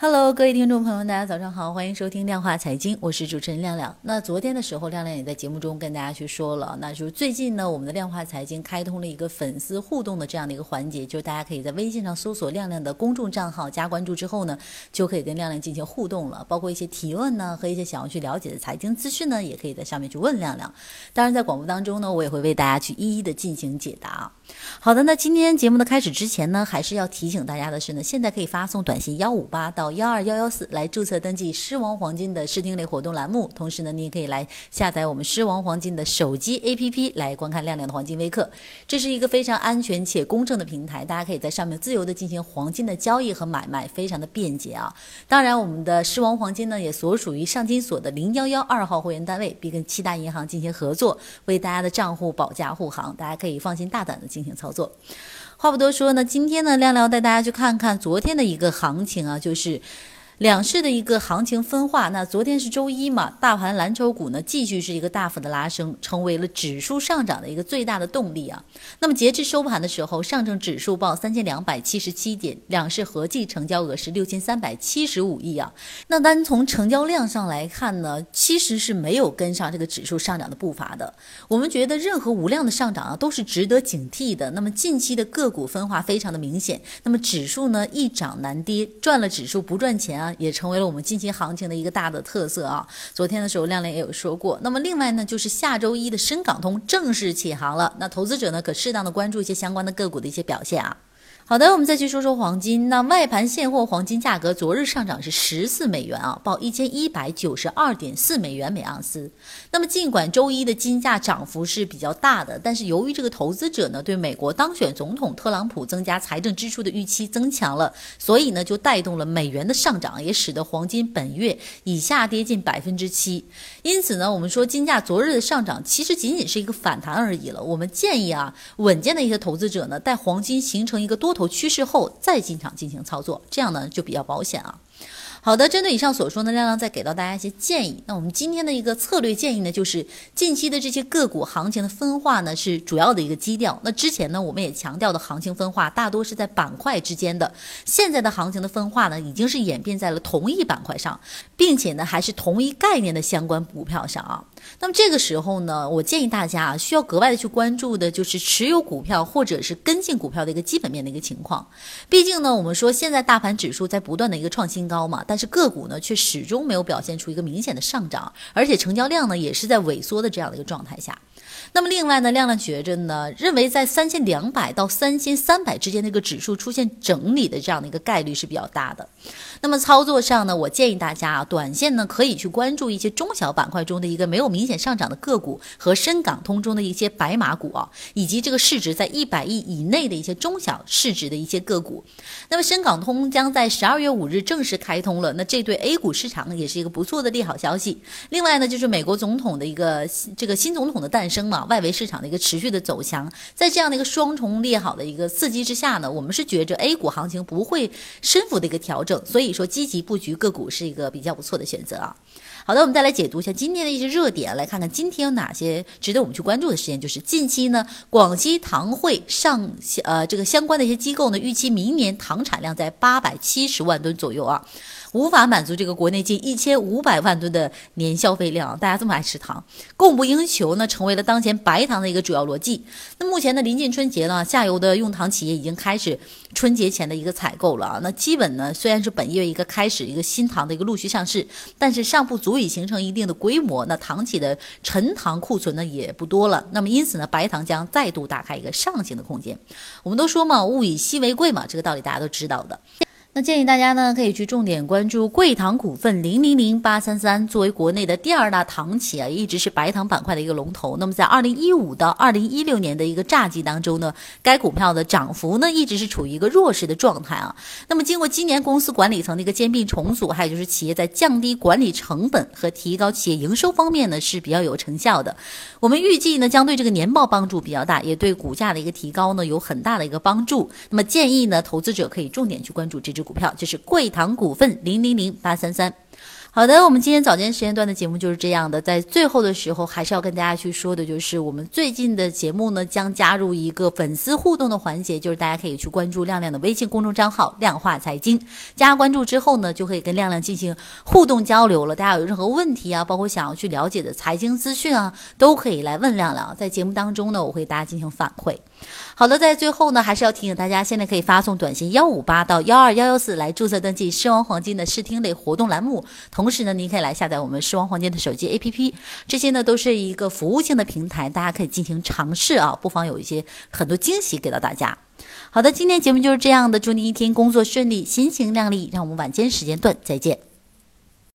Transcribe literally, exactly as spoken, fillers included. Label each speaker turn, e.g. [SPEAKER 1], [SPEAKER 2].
[SPEAKER 1] Hello，各位听众朋友们，大家早上好，欢迎收听量化财经，我是主持人亮亮。那昨天的时候，亮亮也在节目中跟大家去说了，那就是最近呢，我们的量化财经开通了一个粉丝互动的这样的一个环节，就是大家可以在微信上搜索亮亮的公众账号，加关注之后呢，就可以跟亮亮进行互动了，包括一些提问呢和一些想要去了解的财经资讯呢，也可以在上面去问亮亮。当然，在广播当中呢，我也会为大家去一一的进行解答。好的，那今天节目的开始之前呢，还是要提醒大家的是呢，现在可以发送短信一五八到一二一一四来注册登记狮王黄金的试听类活动栏目，同时呢，你也可以来下载我们狮王黄金的手机 A P P 来观看亮亮的黄金微课。这是一个非常安全且公正的平台，大家可以在上面自由的进行黄金的交易和买卖，非常的便捷啊。当然，我们的狮王黄金呢，也所属于上金所的零一一二号会员单位，并跟七大银行进行合作，为大家的账户保驾护航，大家可以放心大胆的进行操作。话不多说呢，今天呢，亮亮带大家去看看昨天的一个行情啊，就是两市的一个行情分化。那昨天是周一嘛，大盘蓝筹股呢继续是一个大幅的拉升，成为了指数上涨的一个最大的动力啊。那么截至收盘的时候，上证指数报三千两百七十七点，两市合计成交额是六千三百七十五亿啊。那单从成交量上来看呢，其实是没有跟上这个指数上涨的步伐的。我们觉得任何无量的上涨啊，都是值得警惕的。那么近期的个股分化非常的明显，那么指数呢一涨难跌，赚了指数不赚钱啊，也成为了我们近期行情的一个大的特色啊。昨天的时候亮亮也有说过。那么另外呢，就是下周一的深港通正式起航了，那投资者呢可适当的关注一些相关的个股的一些表现啊。好的，我们再去说说黄金。那外盘现货黄金价格昨日上涨是十四美元啊，报一千一百九十二点四美元每盎司。那么尽管周一的金价涨幅是比较大的，但是由于这个投资者呢对美国当选总统特朗普增加财政支出的预期增强了，所以呢就带动了美元的上涨，也使得黄金本月以下跌近百分之七。因此呢，我们说金价昨日的上涨其实仅仅是一个反弹而已了。我们建议啊，稳健的一些投资者呢，待黄金形成一个多头趋势后再进场进行操作，这样呢就比较保险啊。好的，针对以上所说呢，亮亮再给到大家一些建议。那我们今天的一个策略建议呢，就是近期的这些个股行情的分化呢是主要的一个基调。那之前呢我们也强调的行情分化大多是在板块之间的，现在的行情的分化呢已经是演变在了同一板块上，并且呢还是同一概念的相关股票上啊。那么这个时候呢，我建议大家啊需要格外的去关注的就是持有股票或者是跟进股票的一个基本面的一个情况。毕竟呢我们说现在大盘指数在不断的一个创新高嘛，但是个股呢却始终没有表现出一个明显的上涨，而且成交量呢也是在萎缩的这样的一个状态下。那么另外呢，亮亮觉着呢，认为在三千两百到三千三百之间的一个指数出现整理的这样的一个概率是比较大的。那么操作上呢，我建议大家啊，短线呢可以去关注一些中小板块中的一个没有明显上涨的个股和深港通中的一些白马股啊，以及这个市值在一百亿以内的一些中小市值的一些个股。那么深港通将在十二月五日正式开通了，那这对 A 股市场也是一个不错的利好消息。另外呢，就是美国总统的一个这个新总统的诞生嘛，外围市场的一个持续的走强，在这样的一个双重利好的一个刺激之下呢，我们是觉着 A 股行情不会深幅的一个调整，所以说积极布局个股是一个比较不错的选择啊。好的，我们再来解读一下今天的一些热点，来看看今天有哪些值得我们去关注的事件。就是近期呢，广西糖汇上呃这个相关的一些机构呢，预期明年糖产量在八百七十万吨左右啊。无法满足这个国内近一千五百万吨的年消费量，大家这么爱吃糖，供不应求呢，成为了当前白糖的一个主要逻辑。那目前呢，临近春节了，下游的用糖企业已经开始春节前的一个采购了啊。那基本呢，虽然是本月一个开始一个新糖的一个陆续上市，但是尚不足以形成一定的规模。那糖企的陈糖库存呢也不多了，那么因此呢，白糖将再度打开一个上行的空间。我们都说嘛，物以稀为贵嘛，这个道理大家都知道的。那建议大家呢，可以去重点关注贵糖股份零零零八三三，作为国内的第二大糖企啊，一直是白糖板块的一个龙头。那么在二零一五到二零一六年的一个榨季当中呢，该股票的涨幅呢一直是处于一个弱势的状态啊。那么经过今年公司管理层的一个兼并重组，还有就是企业在降低管理成本和提高企业营收方面呢是比较有成效的。我们预计呢将对这个年报帮助比较大，也对股价的一个提高呢有很大的一个帮助。那么建议呢投资者可以重点去关注这支股票，就是贵糖股份零零零八三三。 好的，我们今天早间时间段的节目就是这样的。在最后的时候，还是要跟大家去说的，就是我们最近的节目呢，将加入一个粉丝互动的环节，就是大家可以去关注亮亮的微信公众账号"量化财经"，加关注之后呢，就可以跟亮亮进行互动交流了。大家有任何问题啊，包括想要去了解的财经资讯啊，都可以来问亮亮。在节目当中呢，我会大家进行反馈。好的，在最后呢，还是要提醒大家，现在可以发送短信一五八到一二一一四来注册登记狮王黄金的试听类活动栏目。同时呢，您可以来下载我们狮王黄金的手机 A P P， 这些呢都是一个服务性的平台，大家可以进行尝试啊，不妨有一些很多惊喜给到大家。好的，今天节目就是这样的，祝您一天工作顺利，心情亮丽，让我们晚间时间段再见。